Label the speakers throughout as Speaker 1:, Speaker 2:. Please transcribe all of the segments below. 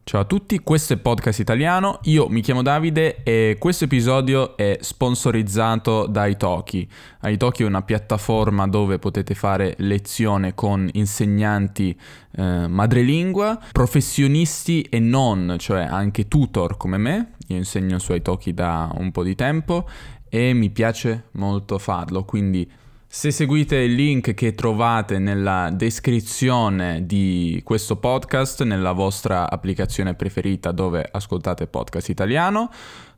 Speaker 1: Ciao a tutti, questo è Podcast Italiano, io mi chiamo Davide e questo episodio è sponsorizzato da Italki. Italki è una piattaforma dove potete fare lezione con insegnanti madrelingua, professionisti e non, cioè anche tutor come me. Io insegno su Italki da un po' di tempo e mi piace molto farlo, quindi se seguite il link che trovate nella descrizione di questo podcast, nella vostra applicazione preferita dove ascoltate Podcast Italiano,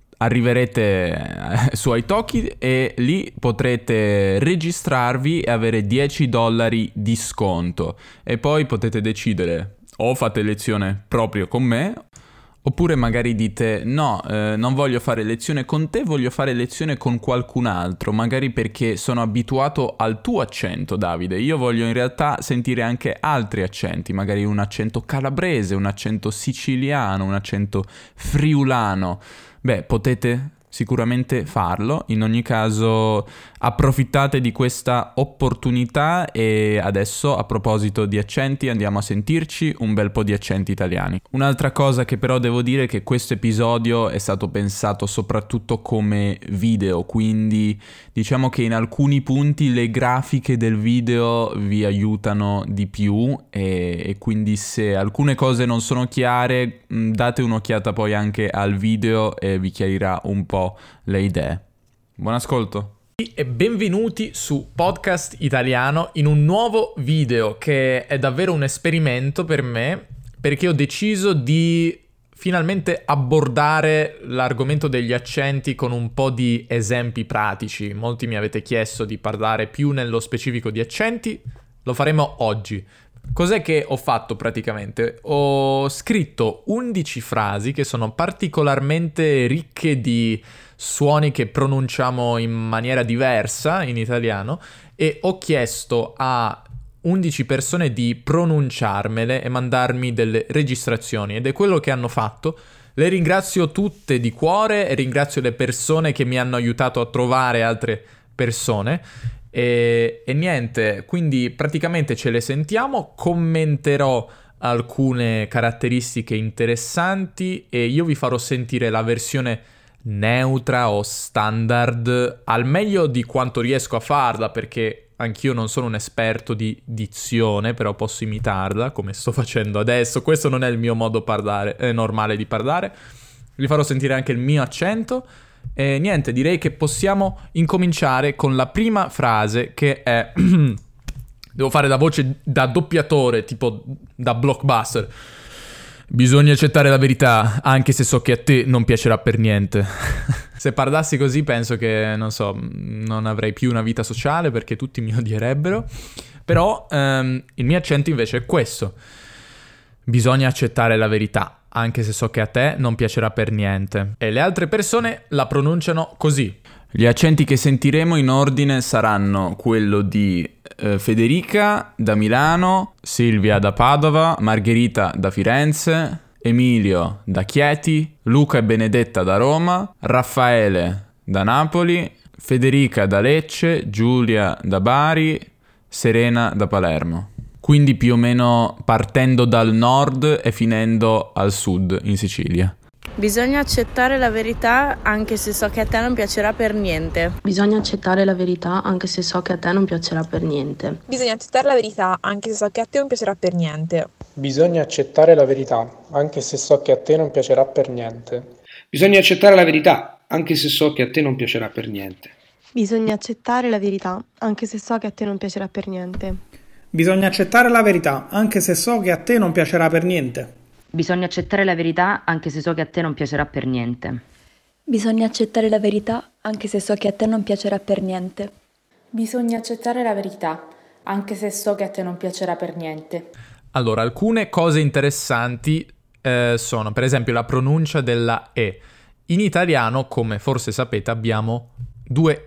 Speaker 1: arriverete su Italki e lì potrete registrarvi e avere $10 di sconto. E poi potete decidere o fate lezione proprio con me, oppure magari dite no, non voglio fare lezione con te, voglio fare lezione con qualcun altro, magari perché sono abituato al tuo accento, Davide. Io voglio in realtà sentire anche altri accenti, magari un accento calabrese, un accento siciliano, un accento friulano. Beh, potete sicuramente farlo. In ogni caso approfittate di questa opportunità e adesso, a proposito di accenti, andiamo a sentirci un bel po' di accenti italiani. Un'altra cosa che però devo dire è che questo episodio è stato pensato soprattutto come video, quindi diciamo che in alcuni punti le grafiche del video vi aiutano di più e quindi se alcune cose non sono chiare, date un'occhiata poi anche al video e vi chiarirà un po' le idee. Buon ascolto!
Speaker 2: E benvenuti su Podcast Italiano in un nuovo video che è davvero un esperimento per me, perché ho deciso di finalmente abbordare l'argomento degli accenti con un po' di esempi pratici. Molti mi avete chiesto di parlare più nello specifico di accenti, lo faremo oggi. Cos'è che ho fatto praticamente? Ho scritto 11 frasi che sono particolarmente ricche di suoni che pronunciamo in maniera diversa in italiano e ho chiesto a 11 persone di pronunciarmele e mandarmi delle registrazioni ed è quello che hanno fatto. Le ringrazio tutte di cuore e ringrazio le persone che mi hanno aiutato a trovare altre persone. E niente, quindi praticamente ce le sentiamo, commenterò alcune caratteristiche interessanti e io vi farò sentire la versione neutra o standard al meglio di quanto riesco a farla, perché anch'io non sono un esperto di dizione, però posso imitarla come sto facendo adesso. Questo non è il mio modo normale di parlare. Vi farò sentire anche il mio accento. E niente, direi che possiamo incominciare con la prima frase che è devo fare la voce da doppiatore, tipo da blockbuster. Bisogna accettare la verità, anche se so che a te non piacerà per niente. Se parlassi così penso che, non so, non avrei più una vita sociale perché tutti mi odierebbero. Però il mio accento invece è questo. Bisogna accettare la verità, anche se so che a te non piacerà per niente. E le altre persone la pronunciano così.
Speaker 1: Gli accenti che sentiremo in ordine saranno quello di Federica da Milano, Silvia da Padova, Margherita da Firenze, Emilio da Chieti, Luca e Benedetta da Roma, Raffaele da Napoli, Federica da Lecce, Giulia da Bari, Serena da Palermo. Quindi più o meno partendo dal nord e finendo al sud, in Sicilia.
Speaker 3: Bisogna accettare la verità anche se so che a te non piacerà per niente.
Speaker 4: Bisogna accettare la verità anche se so che a te non piacerà per niente.
Speaker 5: Bisogna accettare la verità anche se so che a te non piacerà per niente.
Speaker 6: Bisogna accettare la verità anche se so che a te non piacerà per niente.
Speaker 7: Bisogna accettare la verità anche se so che a te non piacerà per niente.
Speaker 8: Bisogna accettare la verità anche se so che a te non piacerà per niente.
Speaker 9: Bisogna accettare la verità, anche se so che a te non piacerà per niente.
Speaker 10: Bisogna accettare la verità, anche se so che a te non piacerà per niente.
Speaker 11: Bisogna accettare la verità, anche se so che a te non piacerà per niente.
Speaker 12: Bisogna accettare la verità, anche se so che a te non piacerà per niente.
Speaker 2: Allora, alcune cose interessanti sono, per esempio, la pronuncia della E. In italiano, come forse sapete, abbiamo due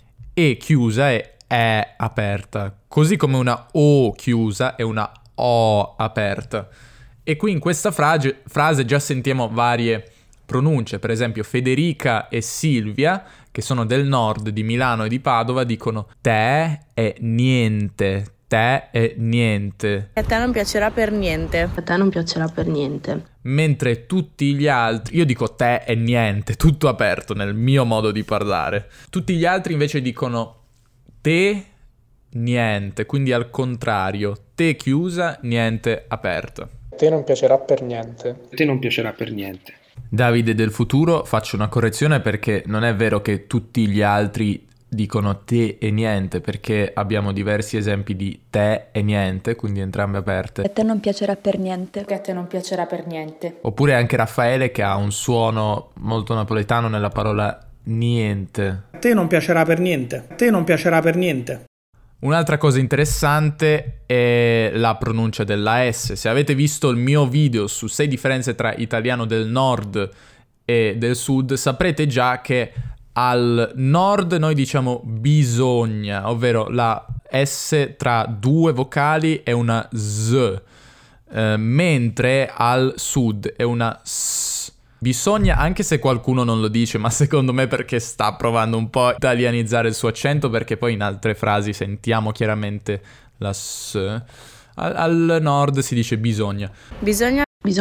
Speaker 2: E chiusa e E aperta, così come una O chiusa e una O aperta. E qui in questa frase già sentiamo varie pronunce, per esempio Federica e Silvia, che sono del nord di Milano e di Padova, dicono te e niente, te è niente.
Speaker 3: A te non piacerà per niente.
Speaker 4: A te non piacerà per niente.
Speaker 2: Mentre tutti gli altri, io dico te è niente, tutto aperto nel mio modo di parlare. Tutti gli altri invece dicono te niente, quindi al contrario, te chiusa, niente aperta.
Speaker 6: A te non piacerà per niente.
Speaker 7: A te non piacerà per niente.
Speaker 2: Davide del futuro, faccio una correzione perché non è vero che tutti gli altri dicono te e niente, perché abbiamo diversi esempi di te e niente, quindi entrambe aperte.
Speaker 11: A te non piacerà per niente.
Speaker 12: Che a te non piacerà per niente.
Speaker 2: Oppure anche Raffaele che ha un suono molto napoletano nella parola niente.
Speaker 9: A te non piacerà per niente. A te non piacerà per niente.
Speaker 2: Un'altra cosa interessante è la pronuncia della S. Se avete visto il mio video su 6 differenze tra italiano del nord e del sud, saprete già che al nord noi diciamo bisogna, ovvero la S tra due vocali è una S, mentre al sud è una S. Bisogna, anche se qualcuno non lo dice, ma secondo me perché sta provando un po' a italianizzare il suo accento, perché poi in altre frasi sentiamo chiaramente la S. Al nord si dice bisogna.
Speaker 3: Bisogna.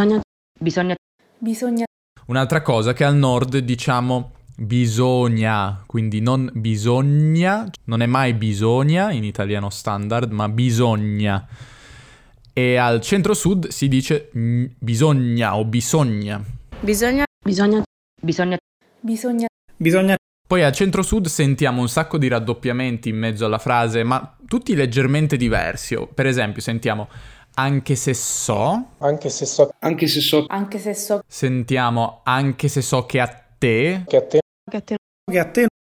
Speaker 2: Un'altra cosa che al nord diciamo bisogna, quindi non bisogna, non è mai bisogna in italiano standard, ma bisogna. E al centro-sud si dice bisogna o bisogna.
Speaker 3: Bisogna.
Speaker 2: Poi al centro-sud sentiamo un sacco di raddoppiamenti in mezzo alla frase, ma tutti leggermente diversi. Per esempio sentiamo anche se so.
Speaker 6: Anche se so.
Speaker 12: Anche se so.
Speaker 2: Sentiamo anche se so che a te.
Speaker 9: Che a te.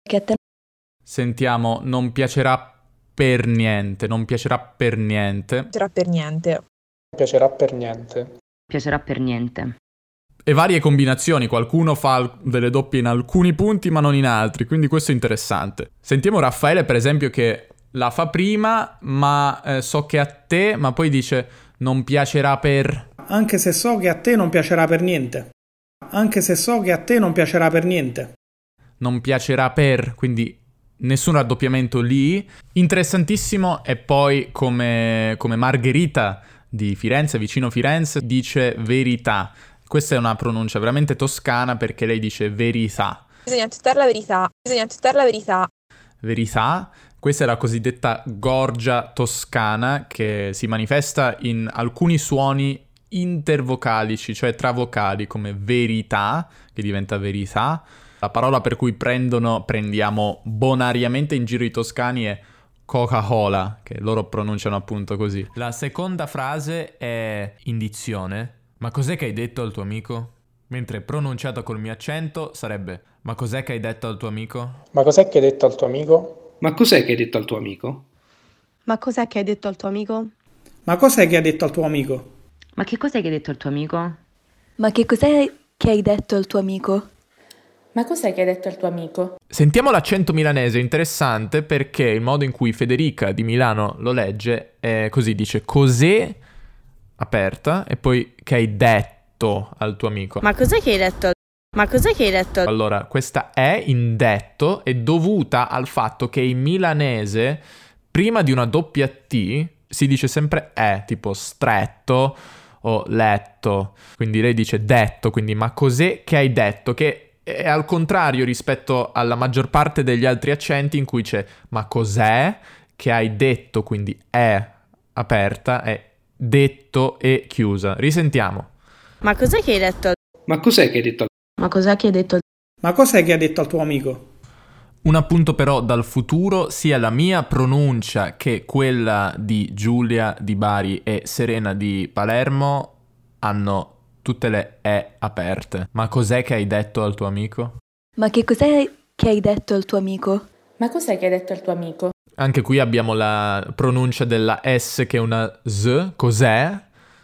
Speaker 2: Sentiamo non piacerà per niente. Non piacerà per niente.
Speaker 5: Piacerà per niente.
Speaker 6: Piacerà per niente.
Speaker 10: Piacerà per niente.
Speaker 2: E varie combinazioni, qualcuno fa delle doppie in alcuni punti ma non in altri, quindi questo è interessante. Sentiamo Raffaele per esempio che la fa prima, ma so che a te, ma poi dice non piacerà per.
Speaker 9: Anche se so che a te non piacerà per niente. Anche se so che a te non piacerà per niente.
Speaker 2: Non piacerà per, quindi nessun raddoppiamento lì. Interessantissimo è poi come Margherita di Firenze, vicino Firenze, dice verità. Questa è una pronuncia veramente toscana perché lei dice verità.
Speaker 5: Bisogna accettare la verità.
Speaker 2: Verità. Questa è la cosiddetta gorgia toscana che si manifesta in alcuni suoni intervocalici, cioè tra vocali, come verità, che diventa verità. La parola per cui prendiamo bonariamente in giro i toscani è Coca-Cola, che loro pronunciano appunto così. La seconda frase è indizione. Ma cos'è che hai detto al tuo amico? Mentre pronunciato col mio accento sarebbe ma cos'è che hai detto al tuo amico?
Speaker 6: Ma cos'è che hai detto al tuo amico?
Speaker 7: Ma cos'è che hai detto al tuo amico?
Speaker 8: Ma cos'è che hai detto al tuo amico?
Speaker 9: Ma cos'è che ha detto al tuo amico?
Speaker 10: Ma che cos'è che hai detto al tuo amico?
Speaker 11: Ma che cos'è che hai detto al tuo amico?
Speaker 12: Ma cos'è che hai detto al tuo amico?
Speaker 2: Sentiamo l'accento milanese, interessante perché il modo in cui Federica di Milano lo legge è così, dice cos'è aperta e poi che hai detto al tuo amico.
Speaker 3: Ma cos'è che hai detto?
Speaker 2: Allora, questa è in detto è dovuta al fatto che in milanese prima di una doppia T si dice sempre tipo stretto o letto. Quindi lei dice detto, quindi ma cos'è che hai detto? Che è al contrario rispetto alla maggior parte degli altri accenti in cui c'è ma cos'è che hai detto, quindi è aperta, è detto e chiusa. Risentiamo.
Speaker 3: Ma cos'è che hai detto?
Speaker 7: Ma cos'è che hai detto?
Speaker 4: Ma cos'è che hai detto?
Speaker 9: Ma cos'è che ha detto al tuo amico?
Speaker 2: Un appunto però dal futuro, sia la mia pronuncia che quella di Giulia di Bari e Serena di Palermo hanno tutte le E aperte. Ma cos'è che hai detto al tuo amico?
Speaker 11: Ma che cos'è che hai detto al tuo amico?
Speaker 12: Ma cos'è che hai detto al tuo amico?
Speaker 2: Anche qui abbiamo la pronuncia della S che è una S, cos'è,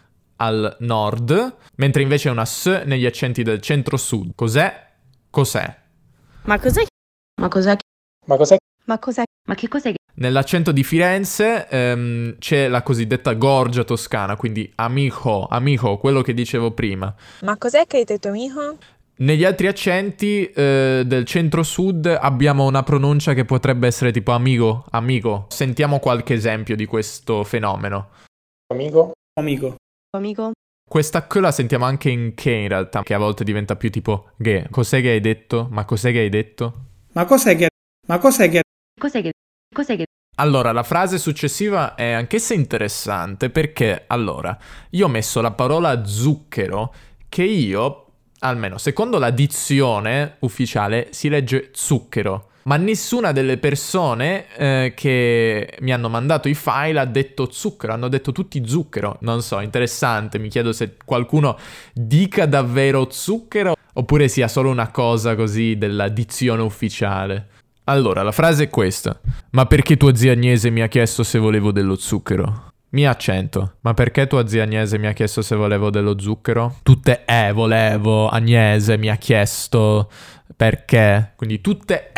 Speaker 2: al nord, mentre invece è una S negli accenti del centro-sud. Cos'è? Cos'è?
Speaker 3: Ma cos'è?
Speaker 4: Ma cos'è?
Speaker 6: Ma cos'è?
Speaker 8: Ma cos'è?
Speaker 10: Ma che cos'è che...
Speaker 2: Nell'accento di Firenze c'è la cosiddetta gorgia toscana, quindi amico, quello che dicevo prima.
Speaker 5: Ma cos'è che hai detto amico?
Speaker 2: Negli altri accenti del centro-sud abbiamo una pronuncia che potrebbe essere tipo amico, amico. Sentiamo qualche esempio di questo fenomeno.
Speaker 6: Amico.
Speaker 9: Amico.
Speaker 8: Amico.
Speaker 2: Questa K la sentiamo anche in che in realtà, che a volte diventa più tipo che. Cos'è che hai detto? Ma cos'è che hai detto?
Speaker 9: Ma cos'è che...
Speaker 10: Cos'è che...
Speaker 2: Allora, la frase successiva è anch'essa interessante perché, allora, io ho messo la parola zucchero che io, almeno secondo la dizione ufficiale, si legge zucchero. Ma nessuna delle persone che mi hanno mandato i file ha detto zucchero, hanno detto tutti zucchero. Non so, interessante, mi chiedo se qualcuno dica davvero zucchero oppure sia solo una cosa così della dizione ufficiale. Allora, la frase è questa. Ma perché tua zia Agnese mi ha chiesto se volevo dello zucchero? Mi accento. Ma perché tua zia Agnese mi ha chiesto se volevo dello zucchero? Tutte volevo, Agnese mi ha chiesto... Perché? Quindi tutte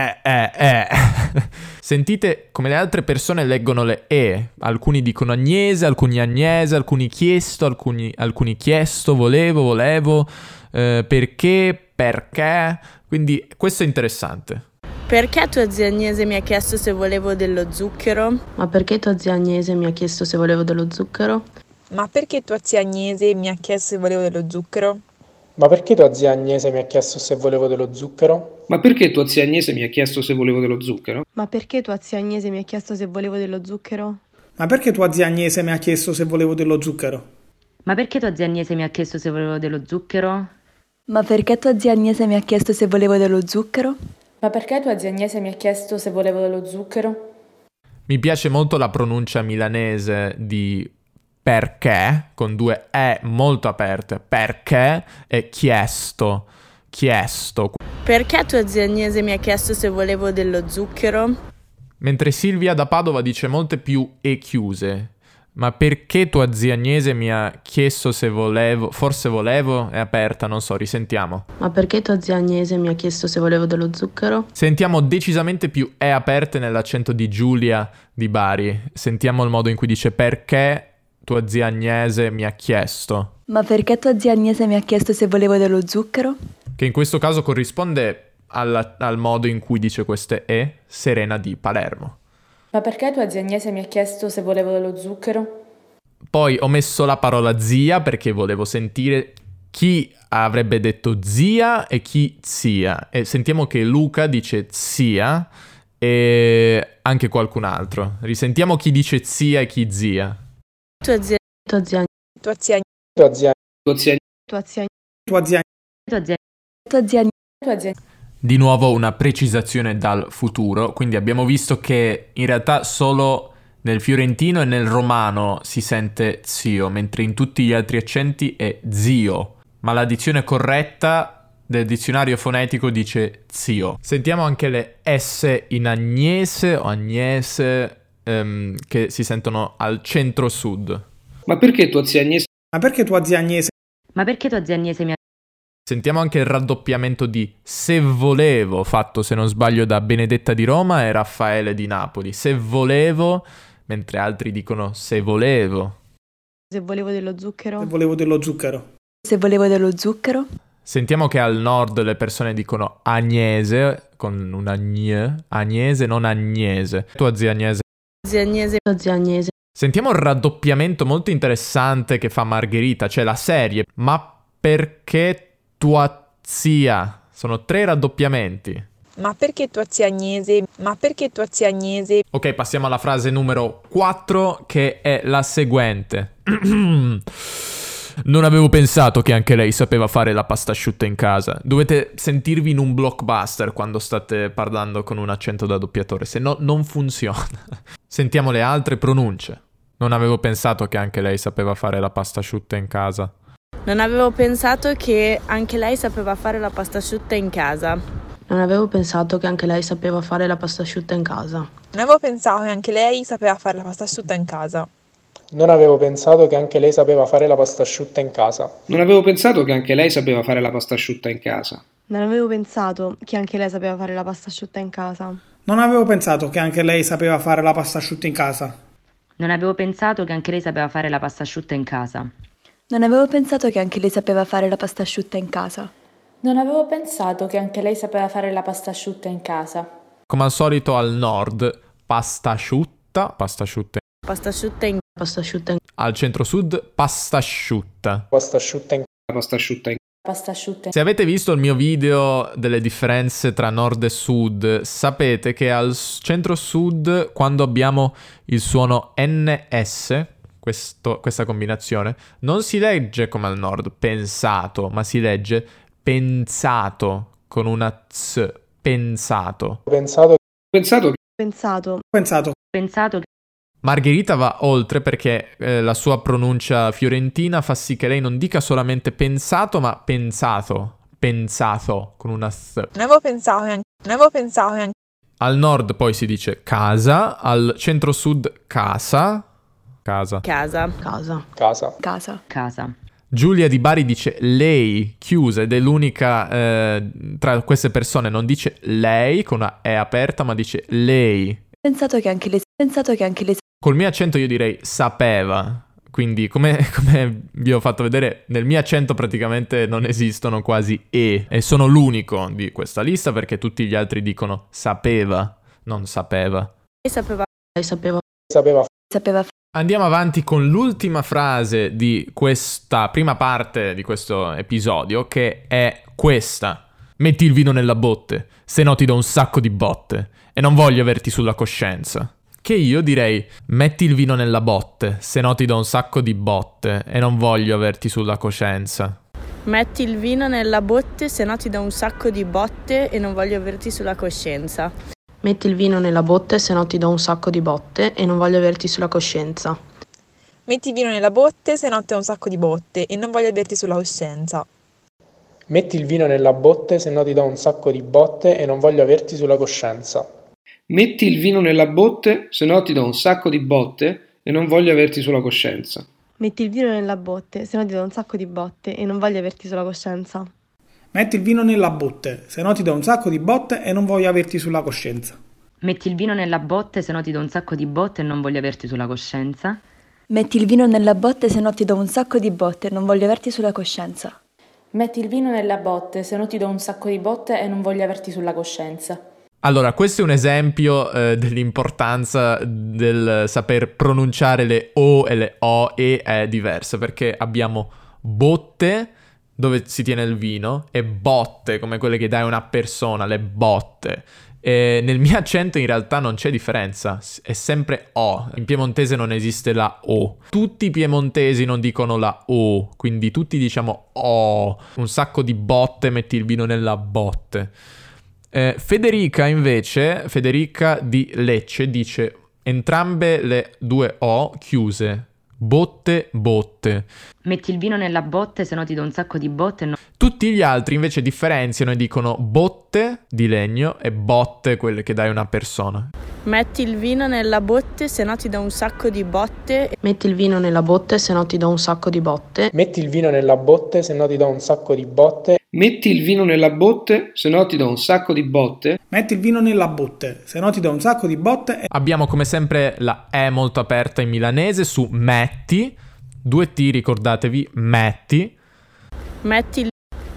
Speaker 2: Sentite come le altre persone leggono le e. Alcuni dicono Agnese, alcuni chiesto, alcuni chiesto, volevo, perché. Quindi questo è interessante.
Speaker 3: Perché tua zia Agnese mi ha chiesto se volevo dello zucchero?
Speaker 4: Ma perché tua zia Agnese mi ha chiesto se volevo dello zucchero?
Speaker 5: Ma perché tua zia Agnese mi ha chiesto se volevo dello zucchero?
Speaker 6: Ma perché tua zia Agnese mi ha chiesto se volevo dello zucchero?
Speaker 7: Ma perché tua zia Agnese mi ha chiesto se volevo dello zucchero?
Speaker 8: Ma perché tua zia Agnese mi ha chiesto se volevo dello zucchero?
Speaker 9: Ma perché tua zia Agnese mi ha chiesto se volevo dello zucchero?
Speaker 10: Ma perché tua zia Agnese mi ha chiesto se volevo dello zucchero?
Speaker 11: Ma perché tua zia Agnese mi ha chiesto se volevo dello zucchero?
Speaker 12: Ma perché tua zia Agnese mi ha chiesto se volevo dello zucchero?
Speaker 2: Mi piace molto la pronuncia milanese di perché, con due E molto aperte, perché e chiesto.
Speaker 3: Perché tua zia Agnese mi ha chiesto se volevo dello zucchero?
Speaker 2: Mentre Silvia da Padova dice molte più E chiuse. Ma perché tua zia Agnese mi ha chiesto se volevo, forse volevo, è aperta, non so, risentiamo.
Speaker 4: Ma perché tua zia Agnese mi ha chiesto se volevo dello zucchero?
Speaker 2: Sentiamo decisamente più E aperte nell'accento di Giulia di Bari. Sentiamo il modo in cui dice perché tua zia Agnese mi ha chiesto.
Speaker 11: Ma perché tua zia Agnese mi ha chiesto se volevo dello zucchero?
Speaker 2: Che in questo caso corrisponde al modo in cui dice queste E, Serena di Palermo.
Speaker 12: Ma perché tua zia Agnese mi ha chiesto se volevo dello zucchero?
Speaker 2: Poi ho messo la parola zia perché volevo sentire chi avrebbe detto zia e chi zia. E sentiamo che Luca dice zia e anche qualcun altro. Risentiamo chi dice zia e chi zia.
Speaker 3: Tua zia.
Speaker 4: Tua zia.
Speaker 5: Tua zia.
Speaker 6: Tua zia.
Speaker 7: Tua zia.
Speaker 8: Tua zia.
Speaker 9: Tua zia.
Speaker 10: Tua zia.
Speaker 11: Tua zia.
Speaker 12: Tua zia.
Speaker 2: Di nuovo una precisazione dal futuro, quindi abbiamo visto che in realtà solo nel fiorentino e nel romano si sente zio, mentre in tutti gli altri accenti è zio, ma la dizione corretta del dizionario fonetico dice zio. Sentiamo anche le S in agnese o agnese che si sentono al centro-sud.
Speaker 7: Ma perché tua zia Agnese?
Speaker 9: Ma perché tua zia Agnese?
Speaker 10: Ma perché tua zia Agnese mi ha...
Speaker 2: Sentiamo anche il raddoppiamento di se volevo, fatto se non sbaglio da Benedetta di Roma e Raffaele di Napoli. Se volevo, mentre altri dicono se volevo.
Speaker 8: Se volevo dello zucchero?
Speaker 9: Se volevo dello zucchero.
Speaker 11: Se volevo dello zucchero?
Speaker 2: Sentiamo che al nord le persone dicono Agnese, con una gne, Agnese, non Agnese. Tua zia Agnese.
Speaker 3: Zia Agnese.
Speaker 4: Tua zia Agnese.
Speaker 2: Sentiamo il raddoppiamento molto interessante che fa Margherita, cioè la serie. Ma perché tua zia? Sono 3 raddoppiamenti.
Speaker 5: Ma perché tua zia Agnese? Ma perché tua zia Agnese?
Speaker 2: Ok, passiamo alla frase numero 4 che è la seguente. Non avevo pensato che anche lei sapeva fare la pasta asciutta in casa. Dovete sentirvi in un blockbuster quando state parlando con un accento da doppiatore, se no non funziona. Sentiamo le altre pronunce. Non avevo pensato che anche lei sapeva fare la pasta asciutta in casa.
Speaker 3: Non avevo pensato che anche lei sapeva fare la pasta asciutta in casa.
Speaker 4: Non avevo pensato che anche lei sapeva fare la pasta asciutta in casa.
Speaker 5: Non avevo pensato che anche lei sapeva fare la pasta asciutta in casa.
Speaker 6: Non avevo pensato che anche lei sapeva fare la pasta asciutta in casa.
Speaker 7: Non avevo pensato che anche lei sapeva fare la pasta asciutta in casa.
Speaker 8: Non avevo pensato che anche lei sapeva fare la pasta asciutta in casa.
Speaker 9: Non avevo pensato che anche lei sapeva fare la pasta asciutta in casa.
Speaker 10: Non avevo pensato che anche lei sapeva fare la pasta asciutta in casa.
Speaker 11: Non avevo pensato che anche lei sapeva fare la pasta asciutta in casa.
Speaker 12: Non avevo pensato che anche lei sapeva fare la pasta asciutta in casa.
Speaker 2: Come al solito al nord, pasta asciutta
Speaker 3: Pasta asciutta in
Speaker 4: Pasta asciutta in
Speaker 2: al centro-sud, pasta asciutta.
Speaker 6: Pasta asciutta in
Speaker 7: Pasta asciutta in
Speaker 12: Pasta asciutta in
Speaker 2: Se avete visto il mio video delle differenze tra nord e sud, sapete che al centro-sud, quando abbiamo il suono NS, questa combinazione, non si legge come al nord, pensato, ma si legge pensato, con una Z, pensato.
Speaker 6: pensato
Speaker 7: pensato
Speaker 8: Pensato.
Speaker 10: Pensato che
Speaker 2: Margherita va oltre perché la sua pronuncia fiorentina fa sì che lei non dica solamente pensato, ma pensato, con una Z.
Speaker 5: Non avevo pensato neanche.
Speaker 2: Al nord poi si dice casa, al centro-sud casa.
Speaker 3: casa.
Speaker 10: casa.
Speaker 2: Giulia di Bari dice lei, chiusa, ed è l'unica tra queste persone, non dice lei con una E aperta, ma dice lei.
Speaker 11: Pensato che anche lei
Speaker 2: Col mio accento io direi sapeva, quindi come vi ho fatto vedere, nel mio accento praticamente non esistono quasi e sono l'unico di questa lista perché tutti gli altri dicono sapeva, non sapeva.
Speaker 3: Lei sapeva.
Speaker 5: Sapeva.
Speaker 2: Andiamo avanti con l'ultima frase di questa prima parte di questo episodio, che è questa. Metti il vino nella botte, se no ti do un sacco di botte e non voglio averti sulla coscienza. Che io direi, metti il vino nella botte, se no ti do un sacco di botte e non voglio averti sulla coscienza.
Speaker 3: Metti il vino nella botte, se no ti do un sacco di botte e non voglio averti sulla coscienza.
Speaker 4: Metti il vino nella botte, se no ti do un sacco di botte e non voglio averti sulla coscienza.
Speaker 5: Metti il vino nella botte, se no ti ho un sacco di botte e non voglio averti sulla coscienza.
Speaker 6: Metti il vino nella botte, se no ti do un sacco di botte e non voglio averti sulla coscienza.
Speaker 7: Metti il vino nella botte, se no ti do un sacco di botte e non voglio averti sulla coscienza.
Speaker 8: Metti il vino nella botte, se no ti do un sacco di botte e non voglio averti sulla coscienza.
Speaker 9: Metti il vino nella botte, se no ti do un sacco di botte e non voglio averti sulla coscienza.
Speaker 10: Metti il vino nella botte, se no ti do un sacco di botte e non voglio averti sulla coscienza.
Speaker 11: Metti il vino nella botte, se no ti do un sacco di botte e non voglio averti sulla coscienza.
Speaker 12: Metti il vino nella botte, se no ti do un sacco di botte e non voglio averti sulla coscienza.
Speaker 2: Allora, questo è un esempio dell'importanza del saper pronunciare le O e le O e è diversa, perché abbiamo botte, dove si tiene il vino, e botte, come quelle che dai a una persona, le botte. E nel mio accento in realtà non c'è differenza, è sempre O. In piemontese non esiste la O. Tutti i piemontesi non dicono la O, quindi tutti diciamo O. Un sacco di botte, metti il vino nella botte. Federica invece, Federica di Lecce, dice entrambe le due O chiuse. Botte, botte.
Speaker 10: Metti il vino nella botte, se no ti do un sacco di botte e non...
Speaker 2: Tutti gli altri invece differenziano e dicono botte di legno e botte, quelle che dai a una persona.
Speaker 3: Metti il vino nella botte, se no ti do un sacco di botte.
Speaker 4: Metti il vino nella botte, se no ti do un sacco di botte.
Speaker 6: Metti il vino nella botte, se no ti do un sacco di botte.
Speaker 7: Metti il vino nella botte, se no ti do un sacco di botte.
Speaker 9: Metti il vino nella botte, se no ti do un sacco di botte.
Speaker 2: Abbiamo come sempre la E molto aperta in milanese su metti. 2 T, ricordatevi, metti.
Speaker 3: Metti.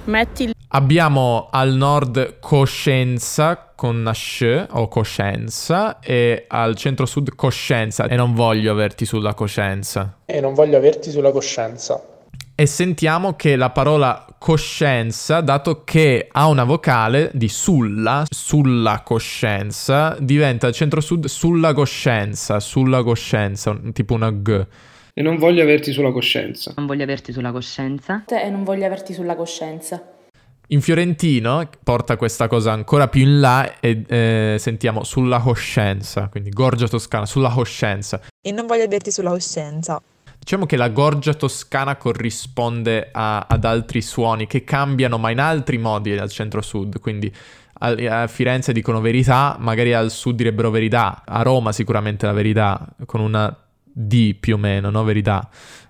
Speaker 2: Abbiamo al nord coscienza con una sc o coscienza e al centro-sud coscienza e non voglio averti sulla coscienza.
Speaker 6: E non voglio averti sulla coscienza.
Speaker 2: E sentiamo che la parola coscienza, dato che ha una vocale di sulla coscienza, diventa al centro-sud sulla coscienza, tipo una G.
Speaker 7: E non voglio averti sulla coscienza.
Speaker 10: Non voglio averti sulla coscienza.
Speaker 12: E non voglio averti sulla coscienza.
Speaker 2: In fiorentino porta questa cosa ancora più in là e sentiamo sulla coscienza, quindi gorgia toscana, sulla coscienza.
Speaker 5: E non voglio averti sulla coscienza.
Speaker 2: Diciamo che la gorgia toscana corrisponde ad altri suoni che cambiano ma in altri modi al centro-sud, quindi a Firenze dicono verità, magari al sud direbbero verità, a Roma sicuramente la verità, con una D più o meno, no? Verità,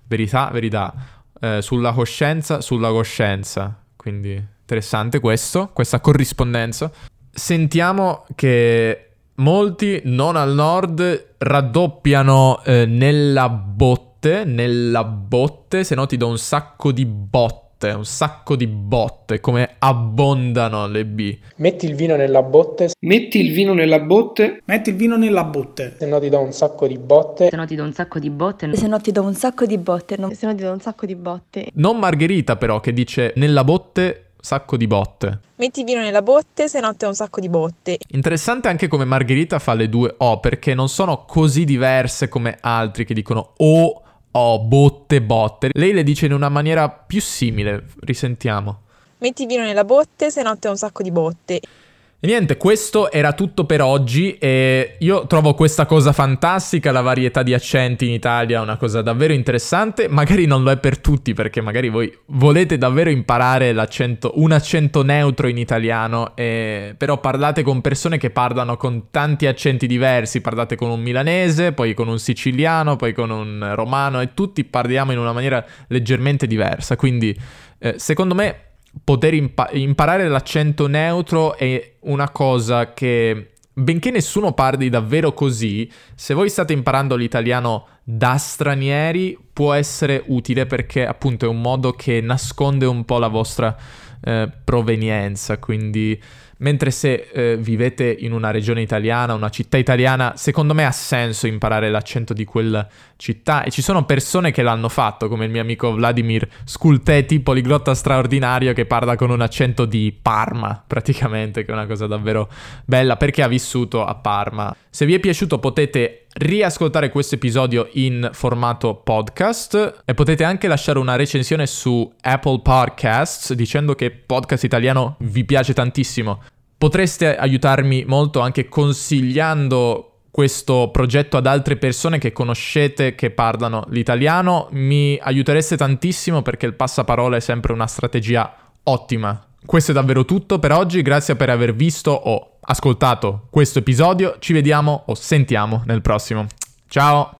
Speaker 2: sulla coscienza, quindi interessante questa corrispondenza. Sentiamo che molti non al nord raddoppiano nella botte, se no ti do un sacco di botte botte, un sacco di botte, come abbondano le B.
Speaker 6: Metti il vino nella botte.
Speaker 7: Metti il vino nella botte.
Speaker 9: Metti il vino nella botte.
Speaker 6: Se no ti do un sacco di botte.
Speaker 10: Se no ti do un sacco di botte.
Speaker 11: Se no ti do un sacco di botte.
Speaker 8: Se no ti do un sacco di botte.
Speaker 2: Non Margherita però, che dice nella botte sacco di botte.
Speaker 5: Metti il vino nella botte, se no ti do un sacco di botte.
Speaker 2: Interessante anche come Margherita fa le due O, perché non sono così diverse come altri che dicono O, botte, botte. Lei le dice in una maniera più simile, risentiamo.
Speaker 5: Metti il vino nella botte, se no ti do un sacco di botte.
Speaker 2: E niente, questo era tutto per oggi e io trovo questa cosa fantastica, la varietà di accenti in Italia è una cosa davvero interessante, magari non lo è per tutti perché magari voi volete davvero imparare un accento neutro in italiano, però parlate con persone che parlano con tanti accenti diversi, parlate con un milanese, poi con un siciliano, poi con un romano e tutti parliamo in una maniera leggermente diversa, quindi secondo me poter imparare l'accento neutro è una cosa che, benché nessuno parli davvero così, se voi state imparando l'italiano da stranieri può essere utile perché appunto è un modo che nasconde un po' la vostra provenienza, quindi mentre se vivete in una regione italiana, una città italiana, secondo me ha senso imparare l'accento di quella città e ci sono persone che l'hanno fatto, come il mio amico Vladimir Skulteti, poliglotta straordinario che parla con un accento di Parma praticamente, che è una cosa davvero bella perché ha vissuto a Parma. Se vi è piaciuto potete riascoltare questo episodio in formato podcast e potete anche lasciare una recensione su Apple Podcasts dicendo che Podcast Italiano vi piace tantissimo. Potreste aiutarmi molto anche consigliando questo progetto ad altre persone che conoscete che parlano l'italiano. Mi aiutereste tantissimo perché il passaparola è sempre una strategia ottima. Questo è davvero tutto per oggi, grazie per aver visto o ascoltato questo episodio, ci vediamo o sentiamo nel prossimo. Ciao!